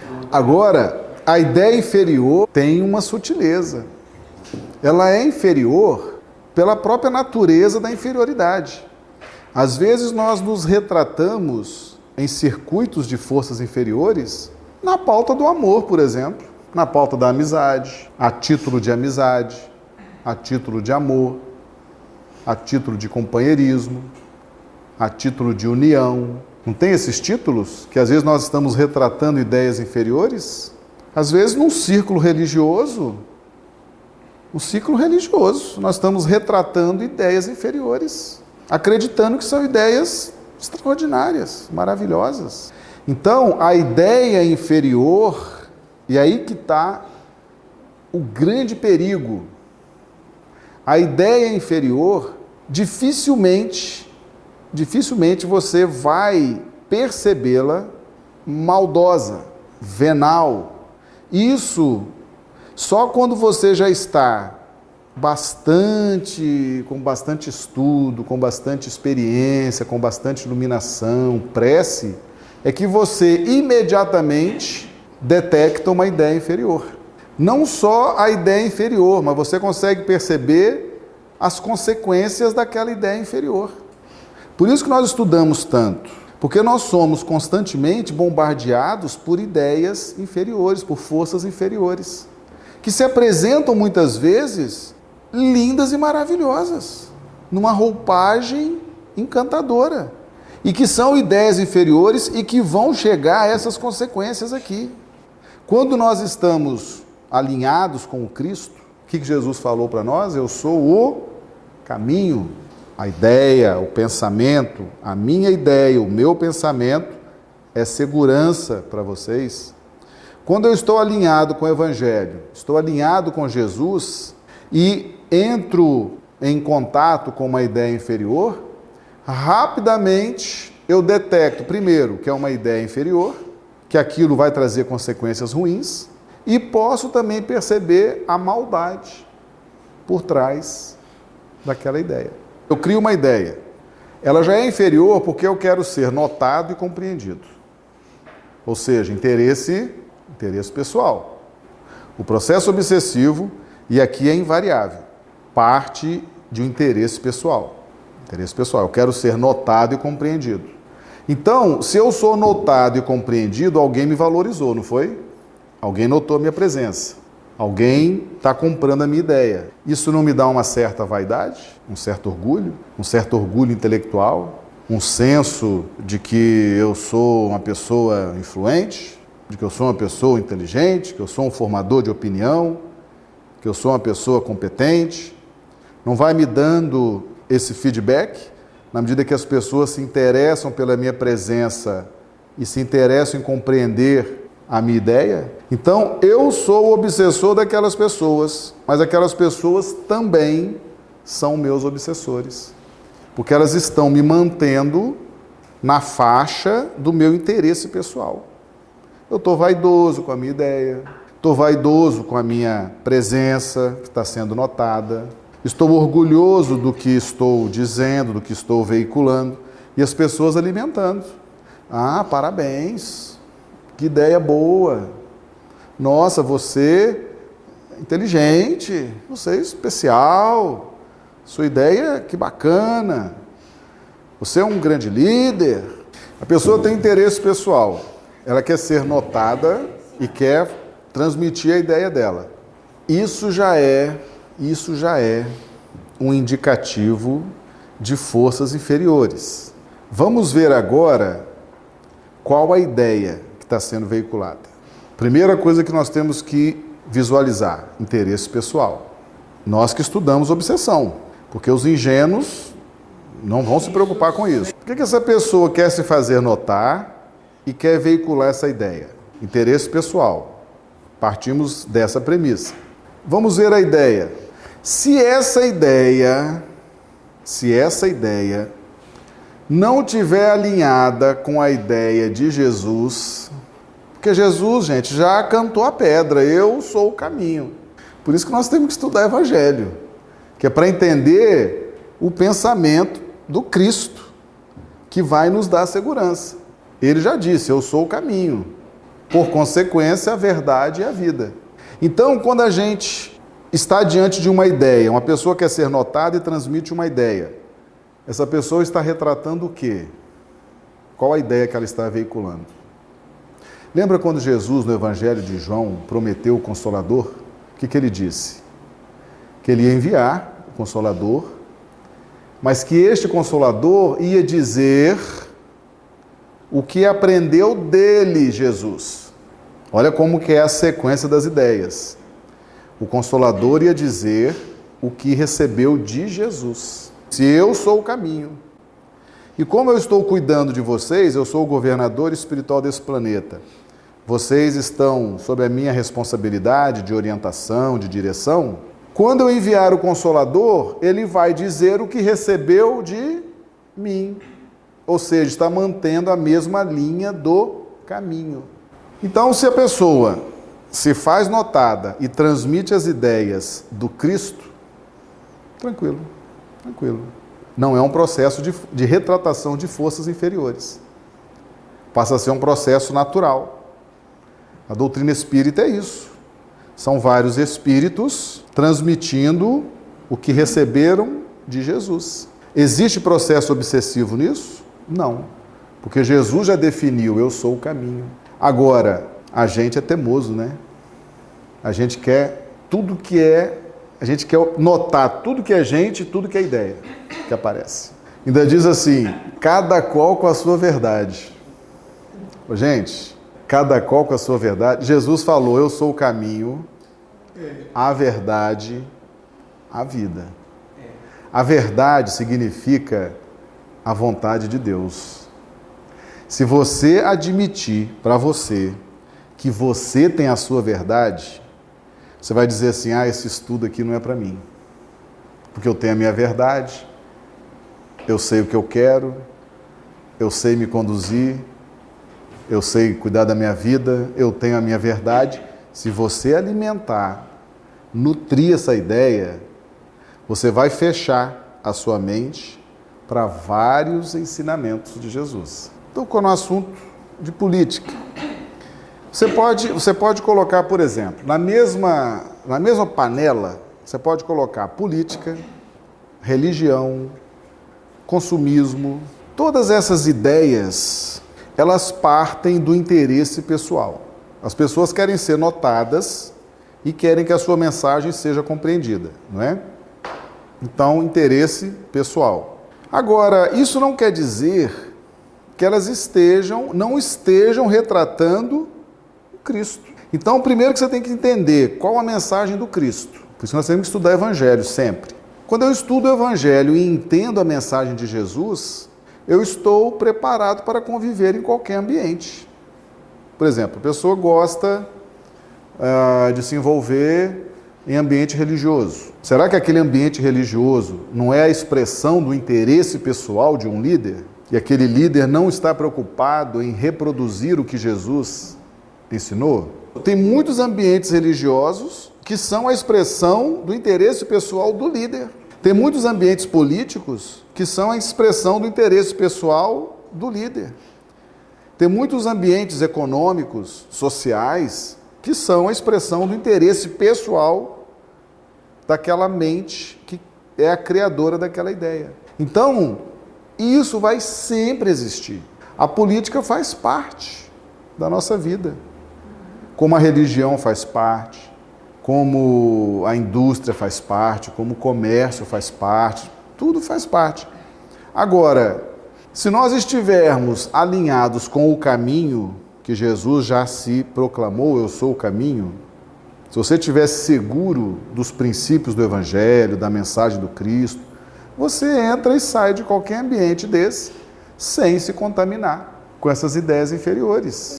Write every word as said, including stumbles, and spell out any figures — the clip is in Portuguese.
Agora, a ideia inferior tem uma sutileza. Ela é inferior pela própria natureza da inferioridade. Às vezes nós nos retratamos em circuitos de forças inferiores na pauta do amor, por exemplo, na pauta da amizade, a título de amizade, a título de amor, a título de companheirismo, a título de união. Não tem esses títulos que às vezes nós estamos retratando ideias inferiores? Às vezes num círculo religioso, um ciclo religioso, nós estamos retratando ideias inferiores, acreditando que são ideias extraordinárias, maravilhosas. Então, a ideia inferior, e aí que está o grande perigo, a ideia inferior, dificilmente, dificilmente você vai percebê-la maldosa, venal. Isso só quando você já está bastante, com bastante estudo, com bastante experiência, com bastante iluminação, prece, é que você imediatamente detecta uma ideia inferior. Não só a ideia inferior, mas você consegue perceber as consequências daquela ideia inferior. Por isso que nós estudamos tanto, porque nós somos constantemente bombardeados por ideias inferiores, por forças inferiores, que se apresentam muitas vezes lindas e maravilhosas, numa roupagem encantadora, e que são ideias inferiores e que vão chegar a essas consequências aqui. Quando nós estamos alinhados com o Cristo, o que Jesus falou para nós? Eu sou o caminho, a ideia, o pensamento, a minha ideia, o meu pensamento é segurança para vocês. Quando eu estou alinhado com o Evangelho, estou alinhado com Jesus e entro em contato com uma ideia inferior, rapidamente eu detecto, primeiro, que é uma ideia inferior, que aquilo vai trazer consequências ruins, e posso também perceber a maldade por trás daquela ideia. Eu crio uma ideia, ela já é inferior porque eu quero ser notado e compreendido. Ou seja, interesse, interesse pessoal. O processo obsessivo, e aqui é invariável, parte de um interesse pessoal. Interesse pessoal, eu quero ser notado e compreendido. Então, se eu sou notado e compreendido, alguém me valorizou, não foi? Alguém notou a minha presença. Alguém está comprando a minha ideia. Isso não me dá uma certa vaidade, um certo orgulho, um certo orgulho intelectual, um senso de que eu sou uma pessoa influente, de que eu sou uma pessoa inteligente, que eu sou um formador de opinião, que eu sou uma pessoa competente. Não vai me dando esse feedback na medida que as pessoas se interessam pela minha presença e se interessam em compreender a minha ideia? Então, eu sou o obsessor daquelas pessoas, mas aquelas pessoas também são meus obsessores, porque elas estão me mantendo na faixa do meu interesse pessoal. Eu estou vaidoso com a minha ideia, estou vaidoso com a minha presença, que está sendo notada, estou orgulhoso do que estou dizendo, do que estou veiculando, e as pessoas alimentando. Ah, parabéns! Que ideia boa! Nossa, você é inteligente, você é especial, sua ideia, que bacana, você é um grande líder. A pessoa tem interesse pessoal, ela quer ser notada e quer transmitir a ideia dela. Isso já é, isso já é um indicativo de forças inferiores. Vamos ver agora qual a ideia está sendo veiculada. Primeira coisa que nós temos que visualizar, interesse pessoal. Nós que estudamos obsessão, porque os ingênuos não vão se preocupar com isso. Por que que essa pessoa quer se fazer notar e quer veicular essa ideia? Interesse pessoal. Partimos dessa premissa. Vamos ver a ideia. Se essa ideia, se essa ideia não tiver alinhada com a ideia de Jesus, porque Jesus, gente, já cantou a pedra, eu sou o caminho. Por isso que nós temos que estudar Evangelho, que é para entender o pensamento do Cristo, que vai nos dar segurança. Ele já disse, eu sou o caminho. Por consequência, a verdade é a vida. Então, quando a gente está diante de uma ideia, uma pessoa quer ser notada e transmite uma ideia, essa pessoa está retratando o quê? Qual a ideia que ela está veiculando? Lembra quando Jesus, no Evangelho de João, prometeu o Consolador? O que, que ele disse? Que ele ia enviar o Consolador, mas que este Consolador ia dizer o que aprendeu dele, Jesus. Olha como que é a sequência das ideias. O Consolador ia dizer o que recebeu de Jesus. Se eu sou o caminho, e como eu estou cuidando de vocês, eu sou o governador espiritual desse planeta, vocês estão sob a minha responsabilidade de orientação, de direção, quando eu enviar o Consolador, ele vai dizer o que recebeu de mim. Ou seja, está mantendo a mesma linha do caminho. Então, se a pessoa se faz notada e transmite as ideias do Cristo, tranquilo, tranquilo. Não é um processo de, de retratação de forças inferiores. Passa a ser um processo natural. A doutrina espírita é isso. São vários espíritos transmitindo o que receberam de Jesus. Existe processo obsessivo nisso? Não. Porque Jesus já definiu, eu sou o caminho. Agora, a gente é teimoso, né? A gente quer tudo que é, a gente quer notar tudo que é gente, tudo que é ideia que aparece. Ainda diz assim, cada qual com a sua verdade. Ô, gente, cada qual com a sua verdade. Jesus falou, eu sou o caminho, a verdade, a vida. A verdade significa a vontade de Deus. Se você admitir para você que você tem a sua verdade, você vai dizer assim, ah, esse estudo aqui não é para mim. Porque eu tenho a minha verdade, eu sei o que eu quero, eu sei me conduzir, eu sei cuidar da minha vida, eu tenho a minha verdade. Se você alimentar, nutrir essa ideia, você vai fechar a sua mente para vários ensinamentos de Jesus. Então, quando é um assunto de política, você pode, você pode colocar, por exemplo, na mesma, na mesma panela, você pode colocar política, religião, consumismo. Todas essas ideias, elas partem do interesse pessoal. As pessoas querem ser notadas e querem que a sua mensagem seja compreendida, não é? Então, interesse pessoal. Agora, isso não quer dizer que elas estejam, não estejam retratando o Cristo. Então, primeiro que você tem que entender qual a mensagem do Cristo. Por isso nós temos que estudar o Evangelho sempre. Quando eu estudo o Evangelho e entendo a mensagem de Jesus, eu estou preparado para conviver em qualquer ambiente. Por exemplo, a pessoa gosta uh, de se envolver em ambiente religioso. Será que aquele ambiente religioso não é a expressão do interesse pessoal de um líder? E aquele líder não está preocupado em reproduzir o que Jesus ensinou? Tem muitos ambientes religiosos que são a expressão do interesse pessoal do líder. Tem muitos ambientes políticos que são a expressão do interesse pessoal do líder. Tem muitos ambientes econômicos, sociais, que são a expressão do interesse pessoal daquela mente que é a criadora daquela ideia. Então, isso vai sempre existir. A política faz parte da nossa vida, como a religião faz parte, como a indústria faz parte, como o comércio faz parte, tudo faz parte. Agora, se nós estivermos alinhados com o caminho que Jesus já se proclamou, eu sou o caminho, se você estivesse seguro dos princípios do Evangelho, da mensagem do Cristo, você entra e sai de qualquer ambiente desse sem se contaminar com essas ideias inferiores.